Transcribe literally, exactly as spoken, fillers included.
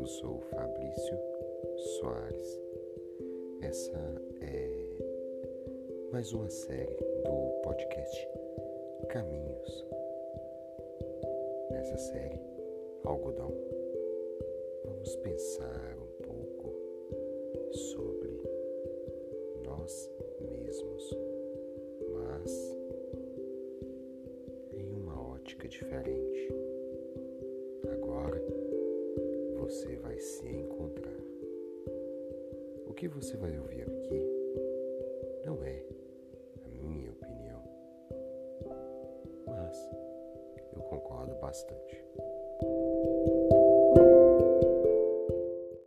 sou o Fabrício Soares. Essa é mais uma série do podcast Caminhos. Nessa série, Algodão, vamos pensar um pouco sobre nós mesmos, mas em uma ótica diferente. Agora você vai se encontrar. O que você vai ouvir aqui não é a minha opinião, mas eu concordo bastante.